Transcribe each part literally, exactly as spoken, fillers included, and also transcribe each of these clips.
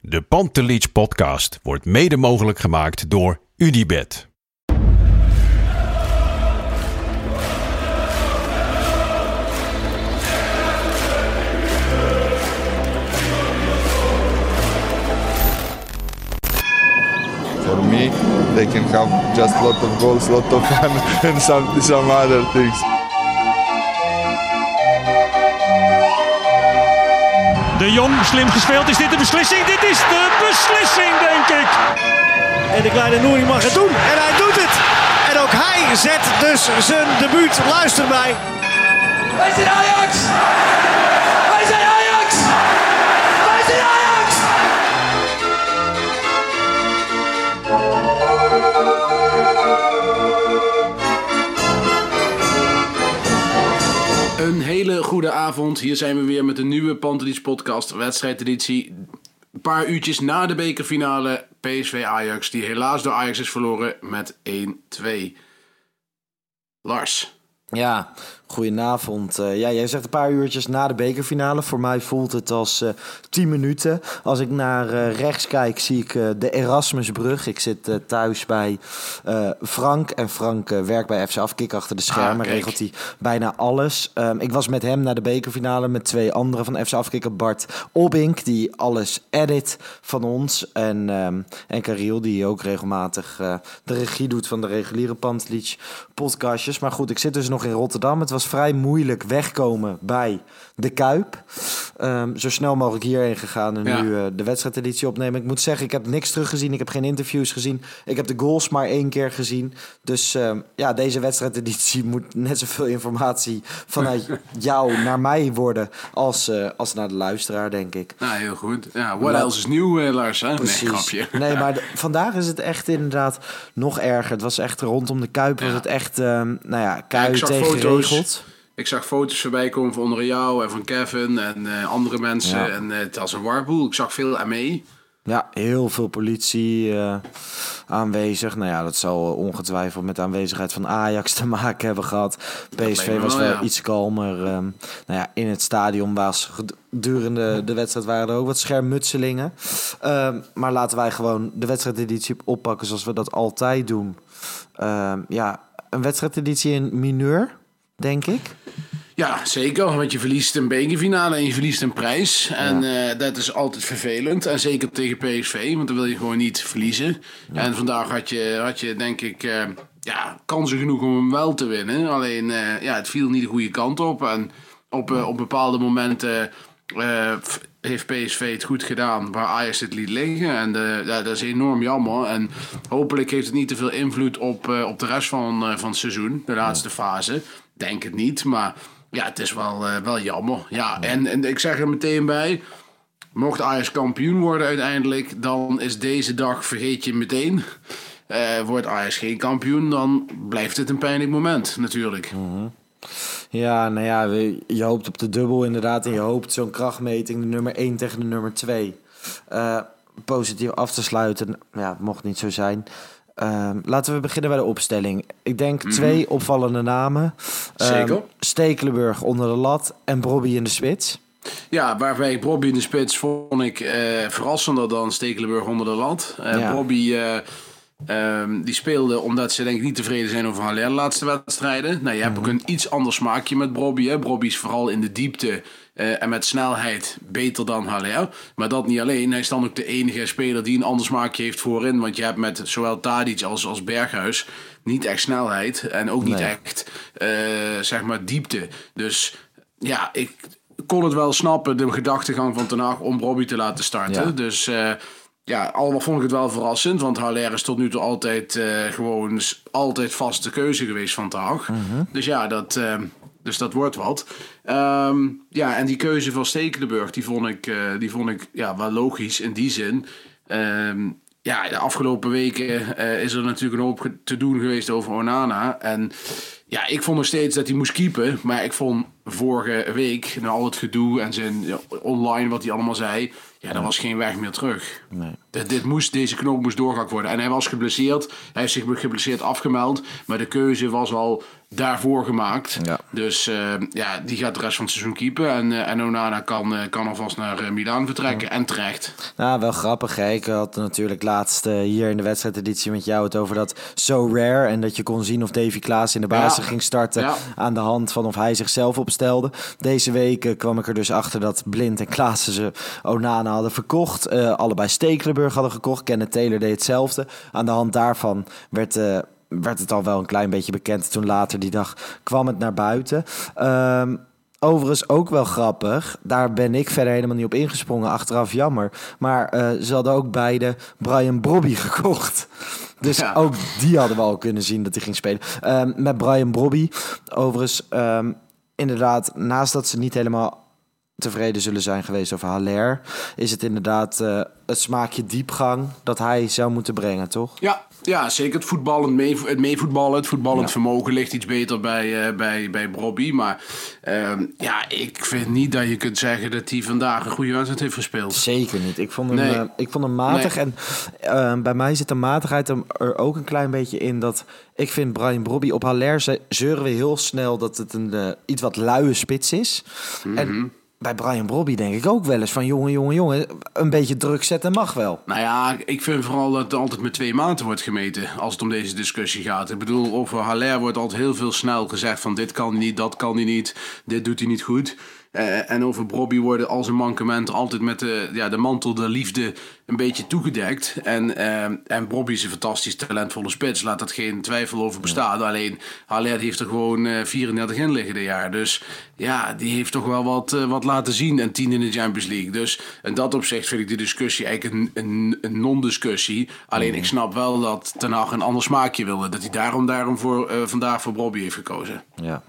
De Pantelich podcast wordt mede mogelijk gemaakt door UdiBet. For me, they can have just a lot of goals, a lot of fun and some, some other things. De Jong, slim gespeeld. Is dit de beslissing? Dit is de beslissing, denk ik. En de kleine Nouri mag het doen. En hij doet het. En ook hij zet dus zijn debuut. Luister mij. Wij zijn Ajax! Wij zijn Ajax! Wij zijn Ajax! Een hele goede avond. Hier zijn we weer met een nieuwe Pantelich podcast, wedstrijdeditie. Een paar uurtjes na de bekerfinale P S V Ajax, die helaas door Ajax is verloren met één twee. Lars. Ja, goedenavond. Uh, ja, jij zegt een paar uurtjes na de bekerfinale. Voor mij voelt het als uh, tien minuten. Als ik naar uh, rechts kijk, zie ik uh, de Erasmusbrug. Ik zit uh, thuis bij uh, Frank. En Frank uh, werkt bij F C Afkikken achter de schermen. Ah, regelt hij bijna alles. Um, ik was met hem naar de bekerfinale met twee anderen van F C Afkikken. Bart Obbink, die alles edit van ons. En, um, en Kariel, die ook regelmatig uh, de regie doet van de reguliere Pantelich podcastjes. Maar goed, ik zit dus nog in Rotterdam. Het was vrij moeilijk wegkomen bij de Kuip. Um, zo snel mogelijk hierheen gegaan en ja. nu uh, de wedstrijdeditie opnemen. Ik moet zeggen, ik heb niks teruggezien. Ik heb geen interviews gezien. Ik heb de goals maar één keer gezien. Dus um, ja, deze wedstrijdeditie moet net zoveel informatie vanuit jou naar mij worden als, uh, als naar de luisteraar, denk ik. Nou, heel goed. Ja, what else is nieuw, uh, Lars? Hè? Nee, grapje. Nee, maar de, vandaag is het echt inderdaad nog erger. Het was echt rondom de Kuip. Ja. Was het echt, um, nou ja, Kuip ja, tegen geregeld. Ik zag foto's voorbij komen van onder jou en van Kevin en uh, andere mensen. Ja. En uh, het was een warboel. Ik zag veel M E. Ja, heel veel politie uh, aanwezig. Nou ja, dat zal ongetwijfeld met de aanwezigheid van Ajax te maken hebben gehad. P S V was wel ja. iets kalmer. Um, nou ja, in het stadion was gedurende de wedstrijd waren er ook wat schermutselingen. Um, maar laten wij gewoon de wedstrijdeditie oppakken zoals we dat altijd doen. Um, ja, een wedstrijdeditie in mineur, denk ik. Ja, zeker. Want je verliest een bekerfinale en je verliest een prijs. En ja. uh, dat is altijd vervelend. En zeker tegen P S V, want dan wil je gewoon niet verliezen. Ja. En vandaag had je, had je denk ik, uh, ja, kansen genoeg om hem wel te winnen. Alleen, uh, ja, het viel niet de goede kant op. En op, uh, op bepaalde momenten uh, heeft P S V het goed gedaan waar Ajax het liet liggen. En uh, ja, dat is enorm jammer. En hopelijk heeft het niet te veel invloed op, uh, op de rest van, uh, van het seizoen. De laatste ja. fase. Denk het niet, maar... Ja, het is wel, uh, wel jammer. Ja, en, en ik zeg er meteen bij... Mocht Ajax kampioen worden uiteindelijk... dan is deze dag, vergeet je meteen... Uh, wordt Ajax geen kampioen... dan blijft het een pijnlijk moment natuurlijk. Mm-hmm. Ja, nou ja, je hoopt op de dubbel inderdaad... en je hoopt zo'n krachtmeting... de nummer één tegen de nummer twee... Uh, positief af te sluiten. Ja, het mocht niet zo zijn... Uh, laten we beginnen bij de opstelling. Ik denk mm-hmm. twee opvallende namen. Zeker. Um, Stekelenburg onder de lat en Brobby in de spits. Ja, waarbij Brobby in de spits vond ik uh, verrassender dan Stekelenburg onder de lat. Uh, ja. Brobby uh, um, die speelde omdat ze denk ik niet tevreden zijn over Haller de laatste wedstrijden. Nou, je hebt mm-hmm. ook een iets ander smaakje met Brobby. Hè. Brobby is vooral in de diepte... Uh, en met snelheid beter dan Haller. Maar dat niet alleen. Hij is dan ook de enige speler die een ander smaakje heeft voorin. Want je hebt met zowel Tadic als, als Berghuis niet echt snelheid. En ook niet nee. echt uh, zeg maar diepte. Dus ja, ik kon het wel snappen. De gedachtegang van Ten Hag om Brobby te laten starten. Ja. Dus uh, ja, allemaal vond ik het wel verrassend. Want Haller is tot nu toe altijd uh, gewoon altijd vaste keuze geweest van Ten Hag. Mm-hmm. Dus ja, dat... Uh, Dus dat wordt wat. Um, ja, en die keuze van Stekelenburg, die vond ik, uh, die vond ik ja, wel logisch in die zin. Um, ja, de afgelopen weken uh, is er natuurlijk een hoop te doen geweest over Onana. En ja, ik vond nog steeds dat hij moest keepen. Maar ik vond vorige week, na al het gedoe en zijn ja, online wat hij allemaal zei... Ja, er was geen weg meer terug. Nee. Dit, dit moest, deze knoop moest doorgehakt worden. En hij was geblesseerd. Hij heeft zich geblesseerd afgemeld. Maar de keuze was al daarvoor gemaakt. Ja. Dus uh, ja, die gaat de rest van het seizoen keepen. En, uh, en Onana kan, uh, kan alvast naar uh, Milaan vertrekken. Ja. En terecht. Nou, wel grappig. Hè? Ik had natuurlijk laatst uh, hier in de wedstrijdeditie met jou het over dat so rare. En dat je kon zien of Davy Klaassen in de basis ja. ging starten. Ja. Aan de hand van of hij zichzelf opstelde. Deze week uh, kwam ik er dus achter dat Blind en Klaassen ze Onana hadden verkocht. Uh, allebei Stekelenburg hadden gekocht. Kenneth Taylor deed hetzelfde. Aan de hand daarvan werd... Uh, werd het al wel een klein beetje bekend. Toen later die dag kwam het naar buiten. Um, overigens ook wel grappig. Daar ben ik verder helemaal niet op ingesprongen. Achteraf jammer. Maar uh, ze hadden ook beide Brian Brobby gekocht. Dus ja. ook die hadden we al kunnen zien dat hij ging spelen. Um, met Brian Brobby. Overigens, um, inderdaad, naast dat ze niet helemaal tevreden zullen zijn geweest over Haller, is het inderdaad uh, het smaakje diepgang dat hij zou moeten brengen, toch? Ja, ja zeker. Het voetballen, mee, het meevoetballen, het voetballend ja. vermogen ligt iets beter bij, uh, bij, bij Brobby. Maar uh, ja, ik vind niet dat je kunt zeggen dat hij vandaag een goede wedstrijd heeft gespeeld. Zeker niet. Ik vond hem, nee. uh, ik vond hem matig. Nee. En uh, bij mij zit de matigheid er ook een klein beetje in dat ik vind Brian Brobby op Haller zeuren we heel snel dat het een uh, iets wat luie spits is. Mm-hmm. En bij Brian Brobby denk ik ook wel eens van jongen, jongen, jongen, een beetje druk zetten mag wel. Nou ja, ik vind vooral dat het altijd met twee maten wordt gemeten als het om deze discussie gaat. Ik bedoel, over Haller wordt altijd heel veel snel gezegd van dit kan hij niet, dat kan hij niet, dit doet hij niet goed. Uh, en over Brobby worden al zijn mankementen altijd met de, ja, de mantel der liefde een beetje toegedekt. En, uh, en Brobby is een fantastisch talentvolle spits. Laat dat geen twijfel over bestaan. Ja. Alleen Haller heeft er gewoon uh, vierendertig in liggen dit jaar. Dus ja, die heeft toch wel wat, uh, wat laten zien. En tien in de Champions League. Dus in dat opzicht vind ik de discussie eigenlijk een, een, een non-discussie. Alleen mm. ik snap wel dat Ten Hag een ander smaakje wilde. Dat hij daarom, daarom voor, uh, vandaag voor Brobby heeft gekozen. Ja.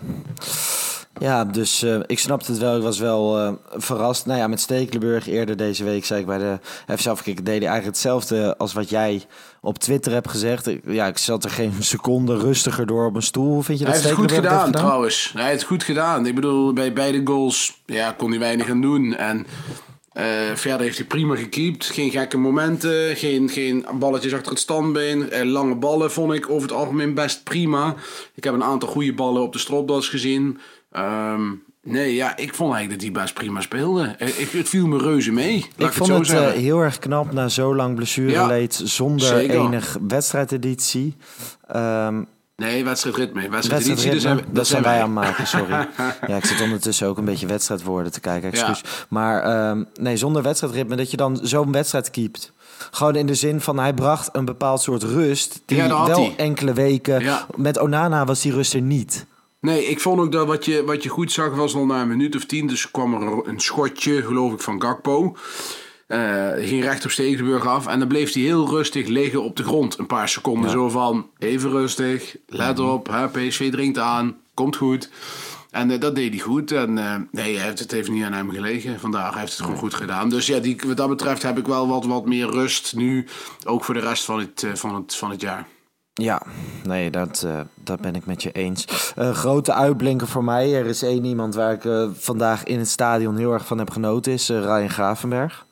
Ja, dus uh, ik snapte het wel. Ik was wel uh, verrast. Nou ja, met Stekelenburg eerder deze week zei ik bij de F C Afkikken deed hij eigenlijk hetzelfde als wat jij op Twitter hebt gezegd. Ik, ja, ik zat er geen seconde rustiger door op mijn stoel. Vind je dat hij heeft het goed gedaan, heeft gedaan, trouwens. Hij heeft het goed gedaan. Ik bedoel, bij beide goals ja, kon hij weinig aan doen. En uh, verder heeft hij prima gekiept. Geen gekke momenten. Geen, geen balletjes achter het standbeen. Uh, lange ballen vond ik over het algemeen best prima. Ik heb een aantal goede ballen op de stropdas gezien. Um, nee, ja, ik vond eigenlijk dat hij best prima speelde. Ik, het viel me reuze mee. Ik, ik vond het, het uh, heel erg knap na zo lang blessureleed ja, zonder zeker. enig wedstrijdeditie. Um, nee, wedstrijdritme. Wedstrijdeditie, wedstrijdritme, dus zijn, dat, dat zijn wij aan het maken, sorry. Ja, ik zit ondertussen ook een beetje wedstrijdwoorden te kijken, excuus. Ja. Maar um, nee, zonder wedstrijdritme, dat je dan zo'n wedstrijd keept. Gewoon in de zin van, hij bracht een bepaald soort rust. Die ja, wel hij. enkele weken... Ja. Met Onana was die rust er niet. Nee, ik vond ook dat wat je, wat je goed zag was al na een minuut of tien. Dus kwam er een schotje, geloof ik, van Gakpo. Uh, ging recht op Stekelenburg af. En dan bleef hij heel rustig liggen op de grond. Een paar seconden ja. zo van, even rustig, let op, hè, P S V dringt aan, komt goed. En uh, dat deed hij goed. En uh, nee, hij heeft, het heeft niet aan hem gelegen. Vandaag hij heeft het gewoon goed gedaan. Dus ja, die, wat dat betreft heb ik wel wat, wat meer rust nu. Ook voor de rest van het, uh, van het, van het jaar. Ja, nee, dat, uh, dat ben ik met je eens. Uh, grote uitblinker voor mij. Er is één iemand waar ik uh, vandaag in het stadion heel erg van heb genoten. Is uh, Ryan Gravenberg.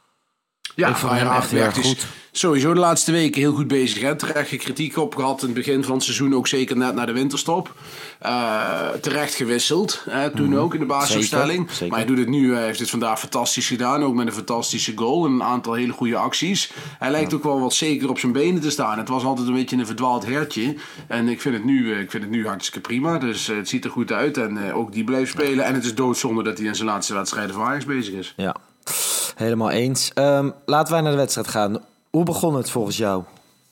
Ja, ik vond Ryan hem echt heel erg goed. Sowieso de laatste weken heel goed bezig. Hè? Terecht kritiek op gehad in het begin van het seizoen. Ook zeker net na de winterstop. Uh, terecht gewisseld. Hè? Toen mm-hmm. ook in de basisopstelling. Zeker, zeker. Maar hij doet het nu. Hij heeft het vandaag fantastisch gedaan. Ook met een fantastische goal. En een aantal hele goede acties. Hij lijkt ja. ook wel wat zeker op zijn benen te staan. Het was altijd een beetje een verdwaald hertje. En ik vind het nu, ik vind het nu hartstikke prima. Dus uh, het ziet er goed uit. En uh, ook die blijft spelen. Ja. En het is doodzonde dat hij in zijn laatste wedstrijden van Ajax bezig is. Ja, helemaal eens. Um, laten wij naar de wedstrijd gaan. Hoe begon het volgens jou?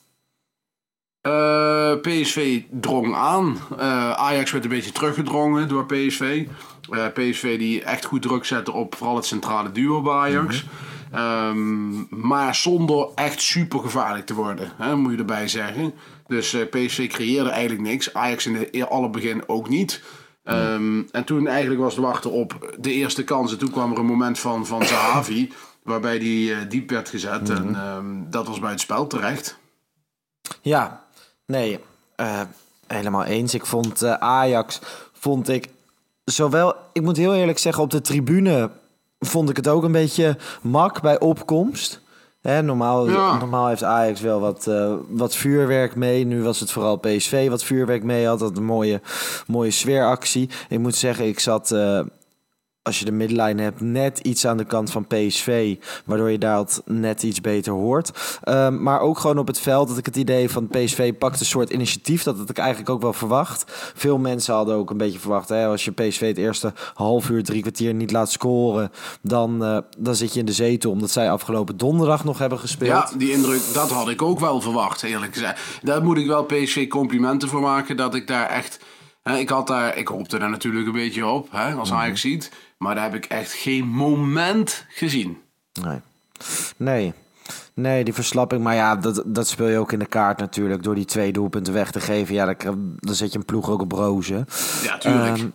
Uh, P S V drong aan. Uh, Ajax werd een beetje teruggedrongen door P S V. Uh, P S V die echt goed druk zette op vooral het centrale duo bij Ajax. Mm-hmm. Um, maar zonder echt super gevaarlijk te worden, hè, moet je erbij zeggen. Dus uh, P S V creëerde eigenlijk niks. Ajax in het alle begin ook niet. Um, en toen eigenlijk was het wachten op de eerste kans. En toen kwam er een moment van, van Zahavi, waarbij die uh, diep werd gezet. Mm-hmm. En um, dat was bij het spel terecht. Ja, nee, uh, helemaal eens. Ik vond uh, Ajax, vond ik zowel, ik moet heel eerlijk zeggen, op de tribune vond ik het ook een beetje mak bij opkomst. Hè, normaal, Ja. normaal heeft Ajax wel wat, uh, wat vuurwerk mee. Nu was het vooral P S V wat vuurwerk mee had. Dat een mooie, mooie sfeeractie. Ik moet zeggen, ik zat... Uh, als je de middenlijn hebt, net iets aan de kant van P S V... waardoor je dat net iets beter hoort. Uh, maar ook gewoon op het veld dat ik het idee van P S V pakt een soort initiatief... dat had ik eigenlijk ook wel verwacht. Veel mensen hadden ook een beetje verwacht... Hè, als je P S V het eerste half uur, drie kwartier niet laat scoren... dan, uh, dan zit je in de zetel, omdat zij afgelopen donderdag nog hebben gespeeld. Ja, die indruk, dat had ik ook wel verwacht, eerlijk gezegd. Daar moet ik wel P S V complimenten voor maken, dat ik daar echt... Hè, ik, had daar, ik hoopte daar natuurlijk een beetje op, hè, als Mm-hmm. Ajax ziet... Maar daar heb ik echt geen moment gezien. Nee. Nee. Nee, die verslapping. Maar ja, dat, dat speel je ook in de kaart natuurlijk. Door die twee doelpunten weg te geven. Ja, dan, dan zet je een ploeg ook op rozen. Ja, tuurlijk. Um,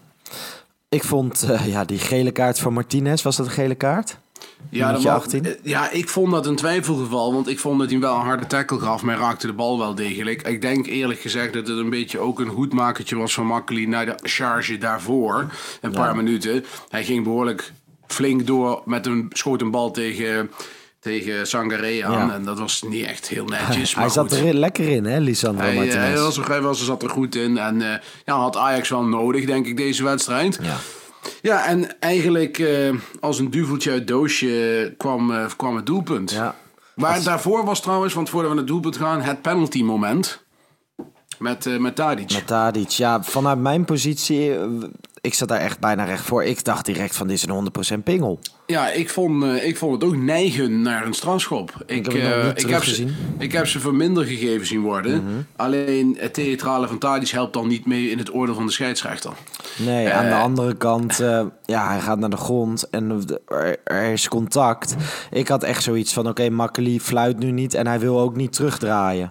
ik vond uh, ja, die gele kaart van Martinez. Was dat een gele kaart? Ja, dat was, ja, ik vond dat een twijfelgeval. Want ik vond dat hij wel een harde tackle gaf. Maar hij raakte de bal wel degelijk. Ik denk eerlijk gezegd dat het een beetje ook een goedmakertje was van Makkeli naar de charge daarvoor. Een paar ja. minuten. Hij ging behoorlijk flink door met een schoot een bal tegen... tegen Sangaré aan. Ja. En dat was niet echt heel netjes. Hij maar zat goed. er lekker in, hè, Lisandro hij, Martinez. Hij, was, hij was, zat er goed in. En uh, ja, had Ajax wel nodig, denk ik, deze wedstrijd. Ja. Ja, en eigenlijk uh, als een duveltje uit doosje kwam, uh, kwam het doelpunt. Ja. Maar Als... daarvoor was trouwens, want voordat we naar het doelpunt gaan... het penalty moment met, uh, met Tadic. Met Tadic, ja. Vanuit mijn positie... Uh, ik zat daar echt bijna recht voor. Ik dacht direct van, dit is een honderd procent pingel. Ja, ik vond, uh, ik vond het ook neigen naar een strafschop. Ik, ik, heb, uh, ik, heb, ze, ik heb ze voor minder gegeven zien worden. Mm-hmm. Alleen het theatrale van Tadic helpt dan niet mee in het oordeel van de scheidsrechter. Nee, uh, aan de andere kant, uh, ja, hij gaat naar de grond en er, er is contact. Ik had echt zoiets van, oké, okay, Makkeli fluit nu niet en hij wil ook niet terugdraaien.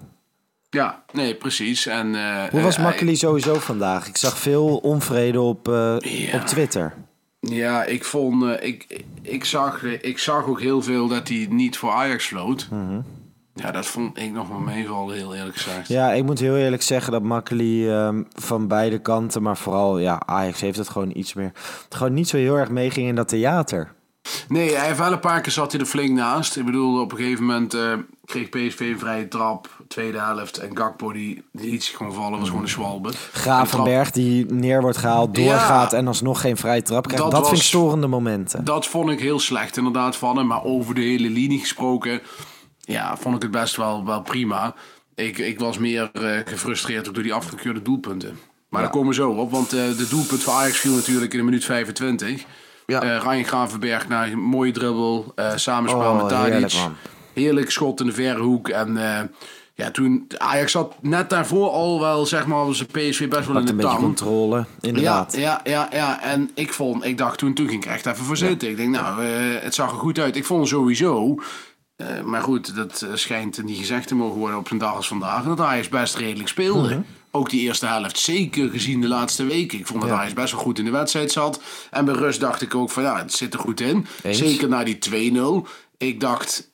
Ja, nee, precies. En, uh, Hoe was uh, Makkeli uh, sowieso vandaag? Ik zag veel onvrede op, uh, ja. op Twitter. Ja, ik vond, uh, ik, ik, zag, ik zag ook heel veel dat hij niet voor Ajax floot. Mm-hmm. Ja, dat vond ik nog wel meevallen, heel eerlijk gezegd. Ja, ik moet heel eerlijk zeggen dat Makkeli um, van beide kanten, maar vooral, ja, Ajax heeft het gewoon iets meer, het gewoon niet zo heel erg meeging in dat theater. Nee, hij heeft wel een paar keer zat hij er flink naast. Ik bedoel, op een gegeven moment uh, kreeg P S V een vrije trap, tweede helft. En Gakpo, die, die liet zich gewoon vallen, was gewoon een zwalbe. Gravenberg, die neer wordt gehaald, doorgaat ja, en alsnog geen vrije trap krijgt. Dat, dat was, vind ik storende momenten. Dat vond ik heel slecht inderdaad van hem. Maar over de hele linie gesproken, ja, vond ik het best wel, wel prima. Ik, ik was meer uh, gefrustreerd ook door die afgekeurde doelpunten. Maar ja. daar komen we zo op, want uh, de doelpunt van Ajax viel natuurlijk in de minuut vijfentwintig. Ja. Uh, Ryan Gravenberg naar een mooie dribbel, uh, samenspel oh, met Tadic. Heerlijk, heerlijk schot in de verre hoek. En uh, ja, toen Ajax zat net daarvoor al wel, zeg maar, was de P S V best wel in de een tang. beetje controle, inderdaad. Ja, ja, ja, ja. En ik vond, ik dacht toen, toen ging ik echt even voor zitten. Ja. Ik denk, nou, uh, het zag er goed uit. Ik vond sowieso, uh, maar goed, dat uh, schijnt niet gezegd te mogen worden op zo'n dag als vandaag, dat Ajax best redelijk speelde. Mm-hmm. Ook die eerste helft, zeker gezien de laatste weken. Ik vond dat ja. Ajax best wel goed in de wedstrijd zat. En bij rust dacht ik ook van ja, het zit er goed in. Eens. Zeker na die twee nul. Ik dacht,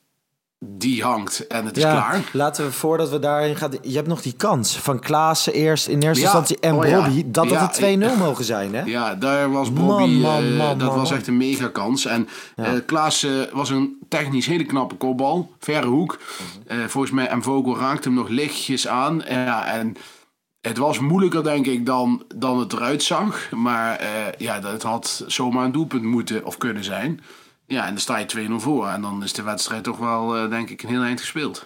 die hangt en het is ja, klaar. Laten we, voordat we daarin gaan... Je hebt nog die kans van Klaassen eerst in eerste ja. instantie en oh, Bobby. Ja. Dat ja, dat het twee nul mogen zijn, hè? Ja, daar was Bobby... Man, man, man, uh, dat man, was man. echt een mega kans. En ja. uh, Klaassen was een technisch hele knappe kopbal. Verre hoek. Uh, volgens mij, en Vogel raakte hem nog lichtjes aan. Uh, ja, en... Het was moeilijker, denk ik, dan, dan het eruit zag. Maar uh, ja, het had zomaar een doelpunt moeten of kunnen zijn. Ja, en dan sta je twee nul voor. En dan is de wedstrijd toch wel, uh, denk ik, een heel eind gespeeld.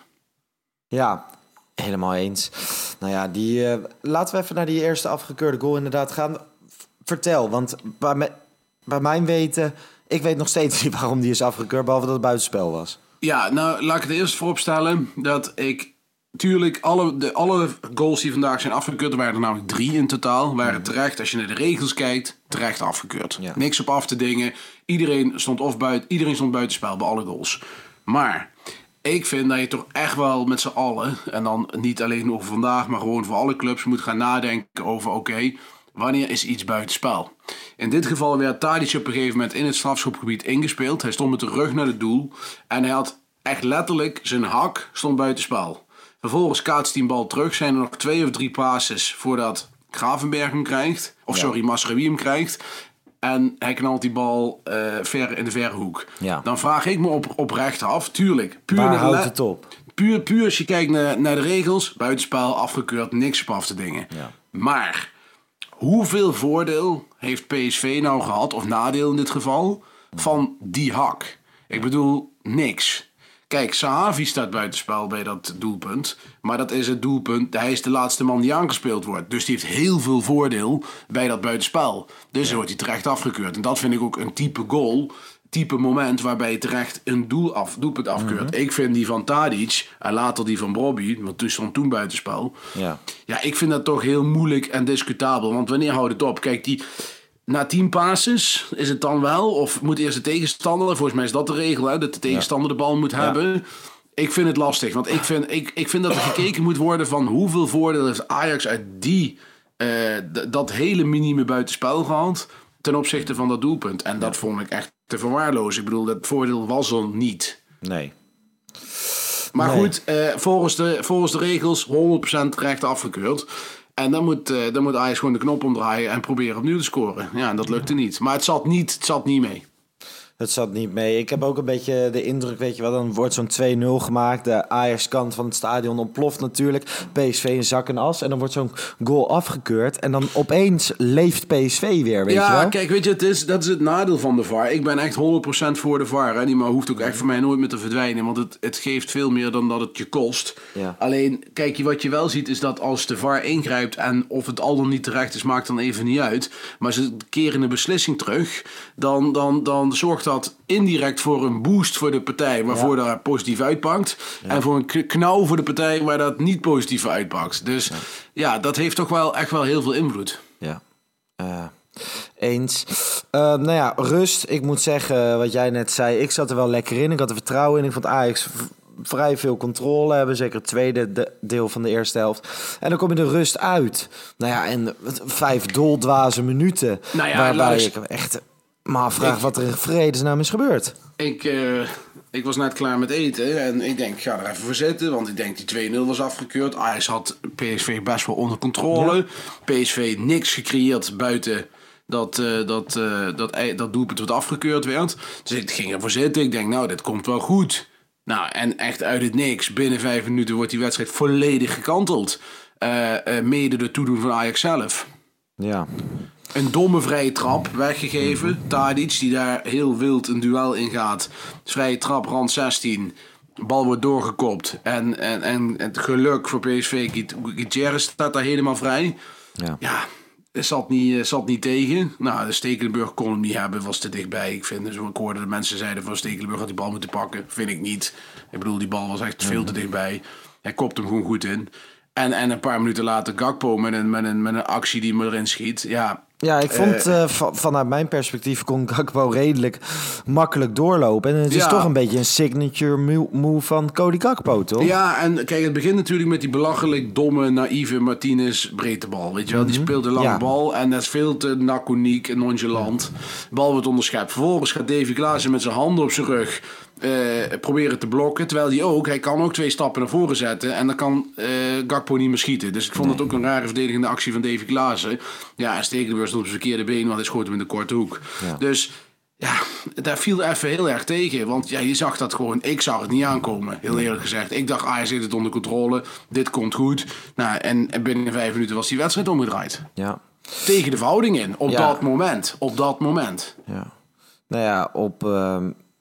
Ja, helemaal eens. Nou ja, die, uh, laten we even naar die eerste afgekeurde goal inderdaad gaan. Vertel, want bij, me, bij mijn weten... Ik weet nog steeds niet waarom die is afgekeurd, behalve dat het buitenspel was. Ja, nou, laat ik het eerst vooropstellen dat ik... Tuurlijk, alle, de, alle goals die vandaag zijn afgekeurd, er waren er namelijk drie in totaal, waren terecht, als je naar de regels kijkt, terecht afgekeurd. Ja. Niks op af te dingen. Iedereen stond, of buiten, iedereen stond buitenspel bij alle goals. Maar ik vind dat je toch echt wel met z'n allen, en dan niet alleen over vandaag, maar gewoon voor alle clubs, moet gaan nadenken over, oké, okay, wanneer is iets buitenspel? In dit geval werd Tadic op een gegeven moment in het strafschopgebied ingespeeld. Hij stond met de rug naar het doel en hij had echt letterlijk zijn hak stond buitenspel. Vervolgens kaatst hij een bal terug. Zijn er nog twee of drie passes voordat Gravenberg hem krijgt. Of ja. sorry, Masraoui hem krijgt. en hij knalt die bal uh, ver in de verre hoek. Ja. Dan vraag ik me op, oprecht af, tuurlijk. Puur Waar naar houdt le- het op? Puur, puur als je kijkt naar, naar de regels, buitenspel, afgekeurd, niks op af te dingen. Ja. Maar hoeveel voordeel heeft P S V nou gehad, of nadeel in dit geval, van die hak? Ik bedoel, niks. Kijk, Sahavi staat buitenspel bij dat doelpunt. Maar dat is het doelpunt. Hij is de laatste man die aangespeeld wordt. Dus die heeft heel veel voordeel bij dat buitenspel. Dus dan wordt hij terecht afgekeurd. En dat vind ik ook een type goal. Type moment waarbij je terecht een doel af, doelpunt afkeurt. Mm-hmm. Ik vind die van Tadic en later die van Brobby, want toen stond toen buitenspel. Ja. ja, ik vind dat toch heel moeilijk en discutabel. Want wanneer houdt het op? Kijk, die... Na tien passes is het dan wel? Of moet eerst de tegenstander... Volgens mij is dat de regel, hè, dat de tegenstander ja. de bal moet ja. hebben. Ik vind het lastig. Want ik vind, ik, ik vind dat er gekeken moet worden... van hoeveel voordeel heeft Ajax uit die... Uh, d- dat hele minime buitenspel gehad... ten opzichte van dat doelpunt. En dat vond ik echt te verwaarlozen. Ik bedoel, dat voordeel was er niet. Nee. Maar nee. goed, uh, volgens, de, volgens de regels... honderd procent terecht afgekeurd... En dan moet, uh, dan moet Ajax gewoon de knop omdraaien en proberen opnieuw te scoren. Ja, en dat lukte niet. Maar het zat niet, het zat niet mee. Het zat niet mee. Ik heb ook een beetje de indruk, weet je wel, dan wordt zo'n twee nul gemaakt. De Ajax-kant van het stadion ontploft natuurlijk. P S V in zak en as. En dan wordt zo'n goal afgekeurd. En dan opeens leeft P S V weer, weet ja, je wel? Ja, kijk, weet je, het is, dat is het nadeel van de V A R. Ik ben echt honderd procent voor de V A R. Hè. Die maar hoeft ook echt voor mij nooit meer te verdwijnen. Want het, het geeft veel meer dan dat het je kost. Ja. Alleen, kijk, wat je wel ziet is dat als de V A R ingrijpt... en of het al dan niet terecht is, maakt dan even niet uit. Maar ze keren een beslissing terug... dan, dan, dan zorgt dat indirect voor een boost voor de partij... waarvoor ja. dat positief uitpakt. Ja. En voor een knauw voor de partij waar dat niet positief uitpakt. Dus ja, ja dat heeft toch wel echt wel heel veel invloed. Ja, uh, eens. Uh, nou ja, rust. Ik moet zeggen, wat jij net zei... ik zat er wel lekker in. Ik had er vertrouwen in. Ik vond Ajax... v- vrij veel controle hebben, zeker het tweede de- deel van de eerste helft. En dan kom je de rust uit. Nou ja, en vijf doldwaze minuten... Nou ja, waarbij ik echt... maar vraag ik, wat er in vredesnaam is gebeurd. Ik, uh, ik was net klaar met eten en ik denk, ik ga er even voor zitten. Want ik denk, die twee nul was afgekeurd. Ajax had P S V best wel onder controle. Ja. P S V niks gecreëerd buiten dat, uh, dat, uh, dat, dat doelpunt wat afgekeurd werd. Dus ik ging ervoor zitten. Ik denk, nou, dit komt wel goed. Nou, en echt uit het niks. Binnen vijf minuten wordt die wedstrijd volledig gekanteld. Uh, uh, mede door toedoen van Ajax zelf. Ja. Een domme vrije trap weggegeven. Tadic, die daar heel wild een duel in gaat. Vrije trap, rand zestien. Bal wordt doorgekopt. En, en, en het geluk voor P S V. Gutierrez staat daar helemaal vrij. Ja, ja het zat niet, zat niet tegen. Nou, de Stekelenburg kon hem niet hebben. Was te dichtbij. Ik vind, dus ik hoorde de mensen zeiden van Stekelenburg had die bal moeten pakken. Vind ik niet. Ik bedoel, die bal was echt veel te dichtbij. Hij kopt hem gewoon goed in. En, en een paar minuten later Gakpo met een, met een, met een actie die me erin schiet. Ja, ja ik vond uh, uh, van, vanuit mijn perspectief kon Gakpo redelijk makkelijk doorlopen. En het is ja. toch een beetje een signature move van Cody Gakpo, toch? Ja, en kijk, het begint natuurlijk met die belachelijk domme, naïeve Martinez breedtebal. Weet je wel, mm-hmm. die speelt een lange ja. bal en dat is veel te laconiek en nonchalant. De bal wordt onderschept. Vervolgens gaat Davy Klaassen met zijn handen op zijn rug... Uh, proberen te blokken, terwijl hij ook, hij kan ook twee stappen naar voren zetten en dan kan uh, Gakpo niet meer schieten. Dus ik vond nee. het ook een rare verdedigende actie van Davy Klaassen. Ja, en Stekelenburg stond op zijn verkeerde been, want hij schoot hem in de korte hoek. Ja. Dus ja, daar viel even heel erg tegen, want ja, je zag dat gewoon, ik zag het niet aankomen, heel eerlijk gezegd. Ik dacht, Ajax heeft het onder controle, dit komt goed. Nou, en, en binnen vijf minuten was die wedstrijd omgedraaid. Ja. Tegen de verhouding in, op ja. dat moment, op dat moment. Ja. Nou ja, op... Uh...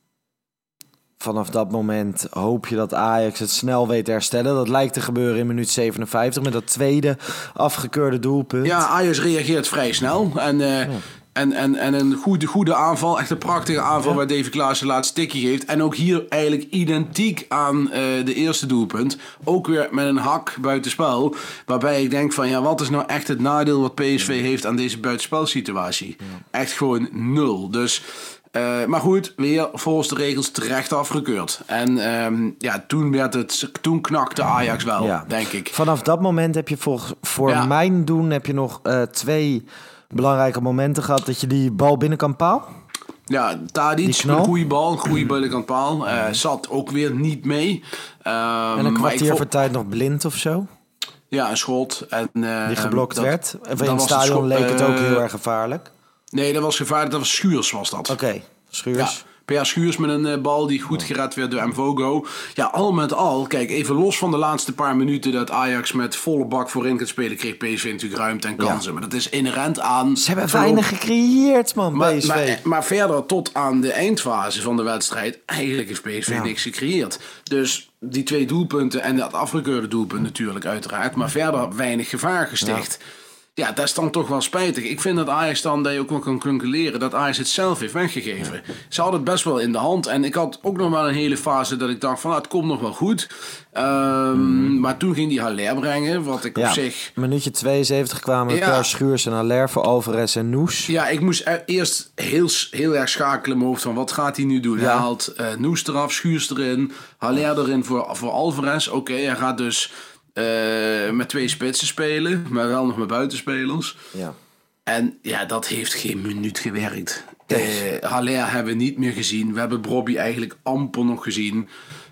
Vanaf dat moment hoop je dat Ajax het snel weet te herstellen. Dat lijkt te gebeuren in minuut zevenenvijftig met dat tweede afgekeurde doelpunt. Ja, Ajax reageert vrij snel. En, uh, ja. en, en, en een goede, goede aanval, echt een prachtige aanval ja. waar Davy Klaassen laatst tikje geeft. En ook hier eigenlijk identiek aan uh, de eerste doelpunt. Ook weer met een hak buitenspel. Waarbij ik denk van ja, wat is nou echt het nadeel wat P S V heeft aan deze buitenspelsituatie? Ja. Echt gewoon nul. Dus... Uh, maar goed, weer volgens de regels terecht afgekeurd. En um, ja, toen, werd het, toen knakte Ajax wel, ja. denk ik. Vanaf dat moment heb je voor, voor ja. mijn doen heb je nog uh, twee belangrijke momenten gehad dat je die bal binnenkant paal. Ja, Tadic, een goede bal, een goede binnenkant paal. Uh, zat ook weer niet mee. Um, en een kwartier vo- voor tijd nog blind of zo. Ja, een schot. En, uh, die geblokt dat, werd. En in het stadion schot, leek het ook uh, heel erg gevaarlijk. Nee, dat was gevaarlijk. Dat was Schuurs, was dat. Oké, okay, Schuurs. Ja. P A Schuurs met een uh, bal die goed gered werd door Mvogo. Ja, al met al, kijk, even los van de laatste paar minuten dat Ajax met volle bak voorin gaat spelen, kreeg P S V natuurlijk ruimte en kansen. Ja. Maar dat is inherent aan... Ze hebben weinig gecreëerd, man, maar, P S V. Maar, maar verder tot aan de eindfase van de wedstrijd, eigenlijk heeft P S V ja. niks gecreëerd. Dus die twee doelpunten en dat afgekeurde doelpunt natuurlijk uiteraard, maar verder weinig gevaar gesticht. Ja. Ja, dat is dan toch wel spijtig. Ik vind dat Ajax dan, dat je ook wel kan concluderen, dat Ajax het zelf heeft weggegeven. Ja. Ze hadden het best wel in de hand. En ik had ook nog wel een hele fase dat ik dacht van, nou, het komt nog wel goed. Um, mm. Maar toen ging die Haller brengen, wat ik ja. op zich... Minuutje tweeënzeventig kwamen ja. Per Schuurs en Haller voor Alvarez en Noes. Ja, ik moest er eerst heel, heel erg schakelen in mijn hoofd van, wat gaat hij nu doen? Ja. Hij haalt uh, Noes eraf, Schuurs erin, Haller erin voor, voor Alvarez. Oké, okay, hij gaat dus... Uh, met twee spitsen spelen, maar wel nog met buitenspelers. Ja. En ja, dat heeft geen minuut gewerkt. Uh, Haller hebben we niet meer gezien. We hebben Brobby eigenlijk amper nog gezien.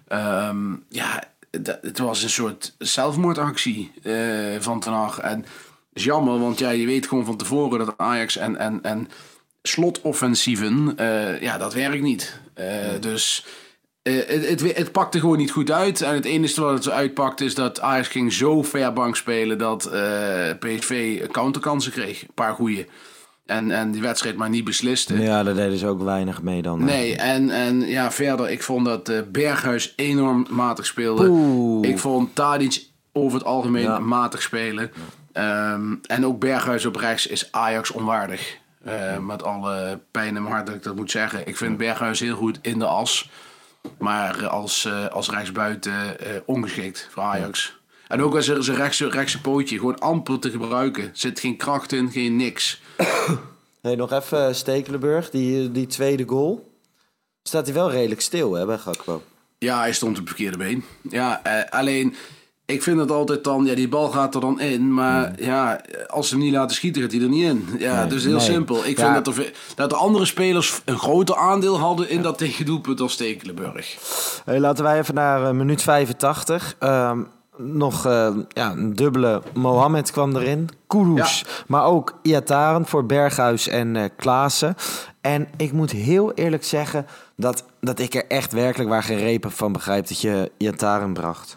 Um, ja, d- het was een soort zelfmoordactie uh, van Ten Hag. En is jammer, want ja, je weet gewoon van tevoren dat Ajax en, en, en slotoffensieven, uh, ja, dat werkt niet. Uh, ja. Dus... Uh, het, het, het pakte gewoon niet goed uit. En het enige wat het zo uitpakte is dat Ajax ging zo ver bank spelen dat uh, P S V counterkansen kreeg. Een paar goeie. En, en die wedstrijd maar niet besliste. Ja, daar deden ze ook weinig mee dan. Nee, en, en ja, verder, ik vond dat uh, Berghuis enorm matig speelde. Oeh. Ik vond Tadic over het algemeen ja. matig spelen. Um, en ook Berghuis op rechts is Ajax onwaardig. Uh, met alle pijn in mijn hart dat ik dat moet zeggen. Ik vind Berghuis heel goed in de as. Maar als, uh, als rechtsbuiten uh, ongeschikt voor Ajax. Ja. En ook als zijn rechtse, rechtse pootje gewoon amper te gebruiken. Er zit geen kracht in, geen niks. Hey, nog even Stekelenburg, die, die tweede goal. Staat hij wel redelijk stil, hè, bij Gakpo? Ja, hij stond op het verkeerde been. Ja, uh, alleen... Ik vind het altijd dan, ja, die bal gaat er dan in. Maar mm. ja, als ze hem niet laten schieten, gaat hij er niet in. Ja, nee, dus heel nee. simpel. Ik ja. vind dat er, dat de andere spelers een groter aandeel hadden in ja. dat tegendoelpunt als Stekelenburg. Hey, laten wij even naar uh, minuut vijfentachtig. Uh, nog uh, ja, een dubbele Mohamed kwam erin. Kudus, ja. maar ook Iataren voor Berghuis en uh, Klaassen. En ik moet heel eerlijk zeggen dat, dat ik er echt werkelijk waar geen repen van begrijp dat je Iataren bracht.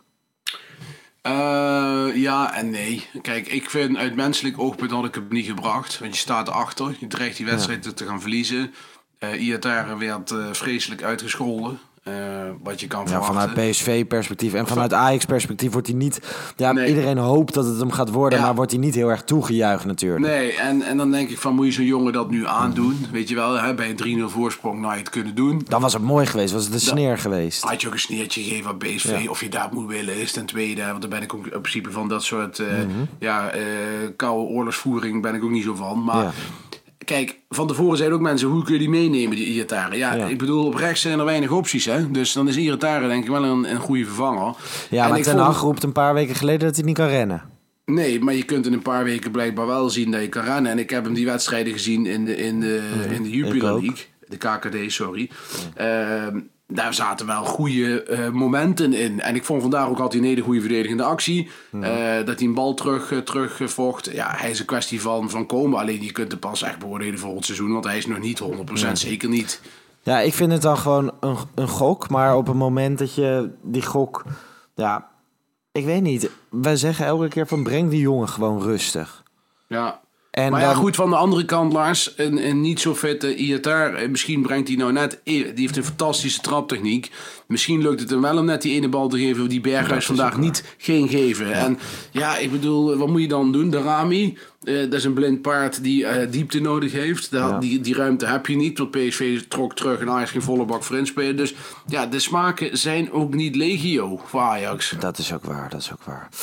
Uh, ja en nee. Kijk, ik vind uit menselijk oogpunt had ik hem niet gebracht. Want je staat erachter. Je dreigt die wedstrijd ja. te gaan verliezen. Uh, Iataren werd uh, vreselijk uitgescholden. Uh, wat je kan ja, verwachten. Vanuit P S V-perspectief en vanuit Ajax-perspectief wordt hij niet... Ja, nee. Iedereen hoopt dat het hem gaat worden, ja. maar wordt hij niet heel erg toegejuicht natuurlijk. Nee, en, en dan denk ik van, moet je zo'n jongen dat nu aandoen? Weet je wel, hè, bij een drie nul voorsprong, nou je het kunnen doen. Dan was het mooi geweest, was het een sneer geweest. Had je ook een sneertje gegeven aan P S V, ja. of je dat moet willen, is ten tweede. Want daar ben ik ook in principe van dat soort uh, mm-hmm. ja, uh, koude oorlogsvoering ben ik ook niet zo van. Maar... Ja. Kijk, van tevoren zeiden ook mensen, hoe kun je die meenemen, die Iataren? Ja, ja, ik bedoel, op rechts zijn er weinig opties, hè. Dus dan is Iataren denk ik wel een, een goede vervanger. Ja, en maar Ten Hag roept een paar weken geleden dat hij niet kan rennen. Nee, maar je kunt in een paar weken blijkbaar wel zien dat je kan rennen. En ik heb hem die wedstrijden gezien in de, in de, ja, in de Jupiler League. De K K D, sorry. Ja. Uh, daar zaten wel goede uh, momenten in. En ik vond vandaag ook altijd een hele goede verdedigende actie. Ja. Uh, dat hij een bal terug, uh, terugvocht. Ja, hij is een kwestie van, van komen. Alleen je kunt hem pas echt beoordelen voor het seizoen. Want hij is nog niet honderd procent, ja. zeker niet. Ja, ik vind het dan gewoon een, een gok. Maar op het moment dat je die gok... Ja, ik weet niet. Wij zeggen elke keer van breng die jongen gewoon rustig. Ja. En maar ja, dan... goed, van de andere kant, Lars, een, een niet zo vette Iataren, misschien brengt hij nou net, die heeft een fantastische traptechniek. Misschien lukt het hem wel om net die ene bal te geven die Berghuis vandaag niet ging geven. Ja. En ja, ik bedoel, wat moet je dan doen? De Rami, uh, dat is een blind paard die uh, diepte nodig heeft. De, ja. die, die ruimte heb je niet, want P S V trok terug en Ajax geen volle bak voor inspelen. Dus ja, de smaken zijn ook niet legio voor Ajax. Dat is ook waar, dat is ook waar.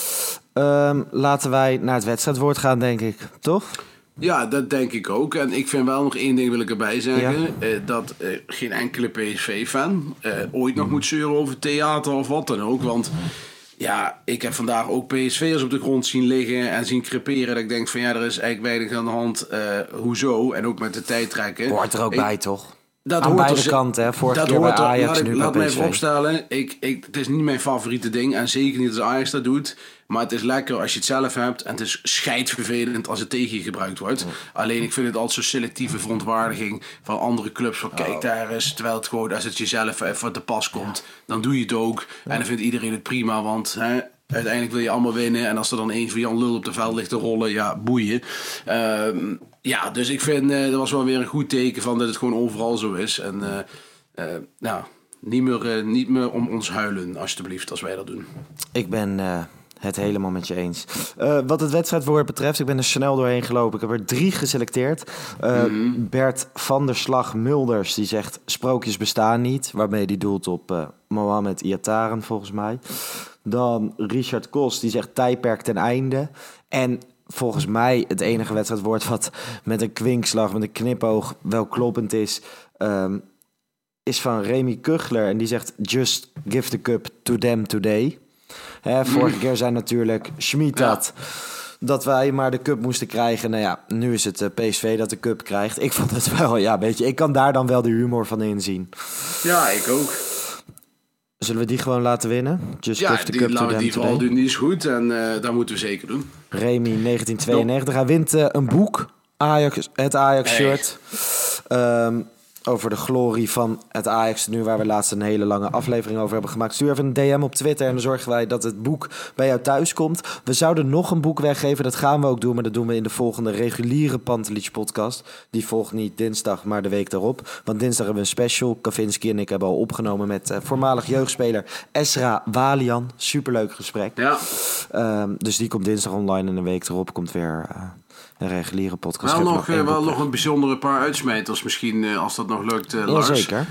Um, laten wij naar het wedstrijdwoord gaan, denk ik. Toch? Ja, dat denk ik ook. En ik vind wel nog één ding wil ik erbij zeggen. Ja. Uh, dat uh, geen enkele P S V-fan uh, ooit nog moet zeuren over theater of wat dan ook. Want ja, ik heb vandaag ook P S V'ers op de grond zien liggen en zien creperen. Dat ik denk van ja, er is eigenlijk weinig aan de hand. Uh, hoezo? En ook met de tijdtrekken. Hoort er ook ik, bij, toch? dat aan hoort beide er, kanten, hè? Vorige dat keer bij hoort er, Ajax, laat ik, nu laat bij mij P S V. vooropstellen, ik, ik, het is niet mijn favoriete ding en zeker niet als Ajax dat doet. Maar het is lekker als je het zelf hebt en het is scheidvervelend als het tegen je gebruikt wordt. Oh. Alleen ik vind het altijd zo'n selectieve verontwaardiging van andere clubs. Van kijk oh. daar eens, terwijl het gewoon als het jezelf even te pas komt, ja. dan doe je het ook. Ja. En dan vindt iedereen het prima, want... Hè, uiteindelijk wil je allemaal winnen. En als er dan één van Jan Lul op de veld ligt te rollen, ja, boeien. Uh, ja, dus ik vind, uh, dat was wel weer een goed teken van dat het gewoon overal zo is. En uh, uh, nou, niet meer, uh, niet meer om ons huilen, alsjeblieft, als wij dat doen. Ik ben uh, het helemaal met je eens. Uh, wat het wedstrijdwoord betreft, ik ben er snel doorheen gelopen. Ik heb er drie geselecteerd. Uh, mm-hmm. Bert van der Slag Mulders, die zegt sprookjes bestaan niet. Waarmee die doelt op uh, Mohamed Iataren, volgens mij. Dan Richard Kos, die zegt tijdperk ten einde. En volgens mij het enige wedstrijdwoord wat met een kwinkslag, met een knipoog wel kloppend is, um, is van Remy Kuchler. En die zegt just give the cup to them today. Hè, vorige mm. keer zei natuurlijk Schmid dat, ja. dat wij maar de cup moesten krijgen. Nou ja, nu is het uh, P S V dat de cup krijgt. Ik vond het wel, ja, weet je, ik kan daar dan wel de humor van inzien. Ja, ik ook. Zullen we die gewoon laten winnen? Just ja, give the die, cup laten to we die vooral doen. Die is goed en uh, dat moeten we zeker doen. Remy negentien tweeënnegentig. Hij wint uh, een boek. Ajax, het Ajax-shirt. Hey. Um, over de glorie van het Ajax. Nu waar we laatst een hele lange aflevering over hebben gemaakt. Stuur even een D M op Twitter en dan zorgen wij dat het boek bij jou thuis komt. We zouden nog een boek weggeven. Dat gaan we ook doen. Maar dat doen we in de volgende reguliere Pantelich podcast. Die volgt niet dinsdag, maar de week daarop. Want dinsdag hebben we een special. Kavinski en ik hebben al opgenomen met uh, voormalig jeugdspeler Esra Walian. Superleuk gesprek. Ja. Um, dus die komt dinsdag online en een week erop komt weer... Uh, een reguliere podcast. Wel nog, nog, wel nog een bijzondere paar uitsmijters misschien, uh, als dat nog lukt, uh, Lars. Jazeker.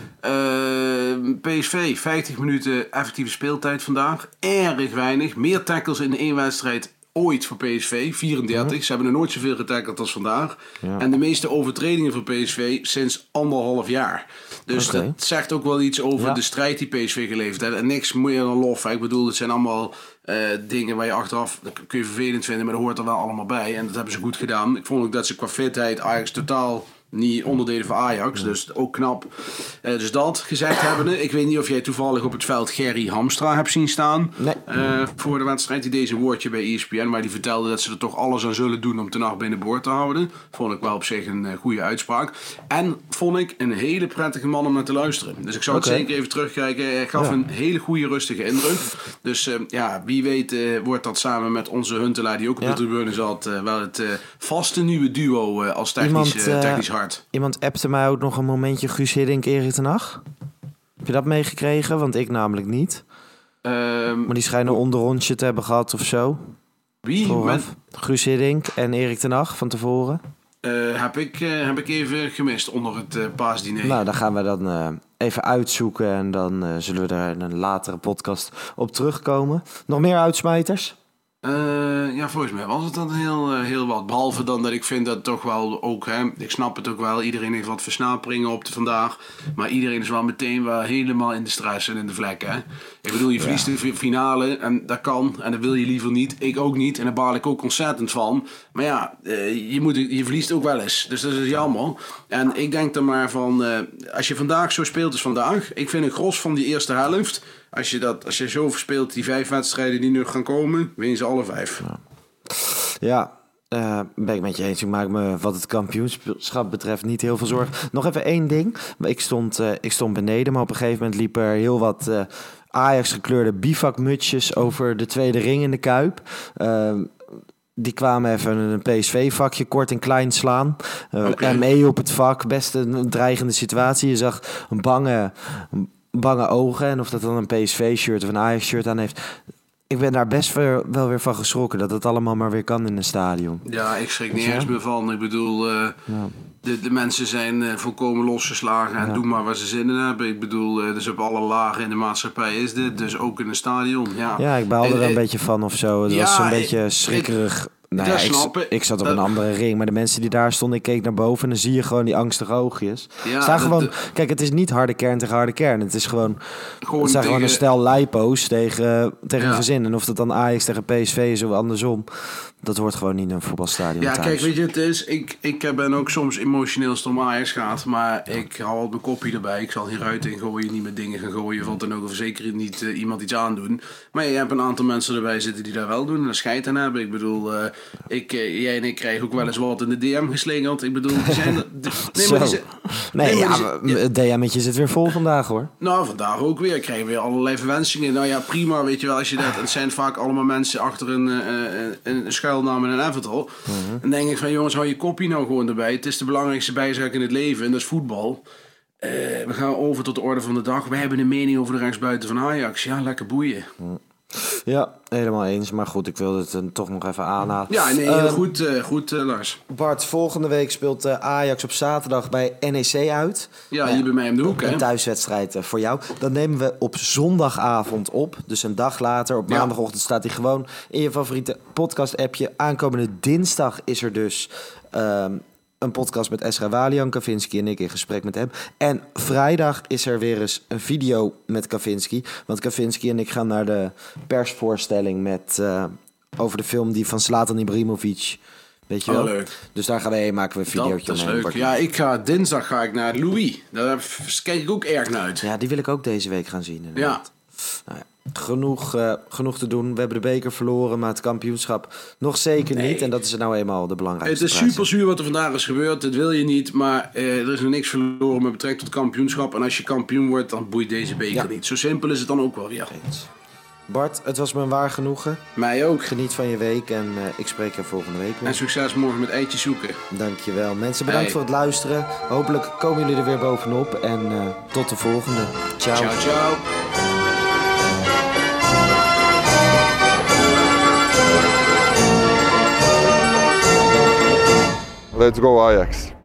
Uh, P S V, vijftig minuten effectieve speeltijd vandaag. Erg weinig. Meer tackles in één wedstrijd ooit voor P S V. vierendertig. Ja. Ze hebben er nooit zoveel getackeld als vandaag. Ja. En de meeste overtredingen voor P S V sinds anderhalf jaar. Dus okay. dat zegt ook wel iets over ja. de strijd die P S V geleverd heeft. En niks meer dan lof. Ik bedoel, het zijn allemaal... Uh, dingen waar je achteraf, dat kun je vervelend vinden, maar dat hoort er wel allemaal bij. En dat hebben ze goed gedaan. Ik vond ook dat ze qua fitheid Ajax totaal niet onderdelen van Ajax. Dus ook knap. Uh, dus dat gezegd hebbende. Ik weet niet of jij toevallig op het veld Gerry Hamstra hebt zien staan. Nee. Uh, voor de wedstrijd. Die deed een woordje bij E S P N. Maar die vertelde dat ze er toch alles aan zullen doen om de nacht binnenboord te houden. Vond ik wel op zich een uh, goede uitspraak. En vond ik een hele prettige man om naar te luisteren. Dus ik zou okay. het zeker even terugkijken. Hij gaf ja. een hele goede rustige indruk. Dus uh, ja, wie weet uh, wordt dat samen met onze Huntelaar die ook op ja. de tribune zat. Uh, wel het uh, vaste nieuwe duo uh, als technisch, Iemand, uh, uh, technisch hard. Iemand appte mij ook nog een momentje Guus Hiddink, Erik ten Hag. Heb je dat meegekregen? Want ik namelijk niet. Um, maar die schijnen een onderrondje te hebben gehad of zo. Wie? Met... Guus Hiddink en Erik ten Hag van tevoren. Uh, heb, ik, uh, heb ik even gemist onder het uh, paasdiner. Nou, dan gaan we dan uh, even uitzoeken en dan uh, zullen we daar in een latere podcast op terugkomen. Nog meer uitsmijters? Uh, ja, volgens mij was het dan heel, uh, heel wat. Behalve dan dat ik vind dat toch wel ook, hè, ik snap het ook wel, iedereen heeft wat versnaperingen op de vandaag. Maar iedereen is wel meteen wel helemaal in de stress en in de vlek, hè. Ik bedoel, je verliest ja. de finale en dat kan en dat wil je liever niet. Ik ook niet en daar baal ik ook ontzettend van. Maar ja, uh, je, moet, je verliest ook wel eens. Dus dat is jammer. En ik denk dan maar van, uh, als je vandaag zo speelt als vandaag. Ik vind een gros van die eerste helft. Als je, dat, als je zo verspeelt, die vijf wedstrijden die nu gaan komen, win ze alle vijf. Ja, ja uh, ben ik met je eens. Ik maak me wat het kampioenschap betreft niet heel veel zorgen. Nog even één ding. Ik stond, uh, ik stond beneden, maar op een gegeven moment liepen er heel wat uh, Ajax-gekleurde bivakmutsjes over de tweede ring in de Kuip. Uh, Die kwamen even een P S V-vakje kort en klein slaan. Uh, okay. M E op het vak, best een dreigende situatie. Je zag een bange... bange ogen. En of dat dan een P S V-shirt of een Ajax-shirt aan heeft. Ik ben daar best wel, wel weer van geschrokken. Dat het allemaal maar weer kan in een stadion. Ja, ik schrik niet eens meer van. Ik bedoel, uh, ja. de, de mensen zijn uh, volkomen losgeslagen. En ja. doen maar waar ze zin in hebben. Ik bedoel, uh, dus op alle lagen in de maatschappij is dit. Dus ook in een stadion. Ja, ja ik baalde er een uh, beetje van of zo. Het ja, was een beetje schrikkerig. Ik, Nou ja, ik, ik zat op een andere ring, maar de mensen die daar stonden, ik keek naar boven en dan zie je gewoon die angstige oogjes. Ja, staan gewoon, de, kijk, het is niet harde kern tegen harde kern. Het is gewoon, gewoon het zijn tegen, gewoon een stel lijpo's tegen, tegen ja. een gezin. En of dat dan Ajax tegen P S V is of andersom, Dat hoort gewoon niet in een voetbalstadion Ja, thuis. kijk, weet je, het is... Ik, ik ben ook soms emotioneel als het om Ajax gaat. Maar ik hou altijd mijn kopje erbij. Ik zal geen ruiten in gooien, niet met dingen gaan gooien. Valt dan ook of zeker niet uh, iemand iets aandoen. Maar ja, je hebt een aantal mensen erbij zitten die dat wel doen. En daar scheid aan hebben. Ik bedoel, uh, ik, uh, jij en ik krijgen ook wel eens wat in de D M geslingerd. Ik bedoel, die zijn... De, nee, maar die zijn, nee, nee, ja, die, het D M'tje zit weer vol vandaag, hoor. Nou, vandaag ook weer. Ik krijg weer allerlei verwensingen. Nou ja, prima, weet je wel. Als je dat, het zijn vaak allemaal mensen achter een, een, een, een schuilnaam en een Everton. Mm-hmm. Dan denk ik van, jongens, hou je kopie nou gewoon erbij. Het is de belangrijkste bijzaak in het leven en dat is voetbal. Uh, we gaan over tot de orde van de dag. Wij hebben een mening over de rechtsbuiten van Ajax. Ja, lekker boeien. Mm. Ja, helemaal eens. Maar goed, ik wilde het uh, toch nog even aanhalen. Ja, nee, heel uh, goed, uh, goed uh, Lars. Bart, volgende week speelt uh, Ajax op zaterdag bij N E C uit. Ja, hier uh, bij mij om de hoek, hè? Een thuiswedstrijd uh, voor jou. Dan nemen we op zondagavond op. Dus een dag later, op maandagochtend, staat hij gewoon in je favoriete podcast-appje. Aankomende dinsdag is er dus... Um, een podcast met Esra Walian, Kavinski en ik in gesprek met hem. En vrijdag is er weer eens een video met Kavinski. Want Kavinski en ik gaan naar de persvoorstelling met, uh, over de film die van Zlatan Ibrahimovic. Weet je wel? Oh, leuk. Dus daar gaan we heen, maken we een videootje. Dat is leuk. Ja, ik ga, dinsdag ga ik naar Louis. Daar kijk ik ook erg naar uit. Ja, die wil ik ook deze week gaan zien. Inderdaad. Ja. Nou ja. Genoeg, uh, genoeg te doen. We hebben de beker verloren, maar het kampioenschap nog zeker nee. niet. En dat is nou eenmaal de belangrijkste. Het is super zuur wat er vandaag is gebeurd. Dat wil je niet. Maar uh, er is nog niks verloren met betrekking tot kampioenschap. En als je kampioen wordt, dan boeit deze beker ja. niet. Zo simpel is het dan ook wel weer. Eens. Bart, het was me een waar genoegen. Mij ook. Geniet van je week en uh, ik spreek je volgende week weer. En succes morgen met eitjes zoeken. Dankjewel. Mensen, bedankt hey. voor het luisteren. Hopelijk komen jullie er weer bovenop. En uh, tot de volgende. Ciao. Ciao, ciao. Let's go Ajax.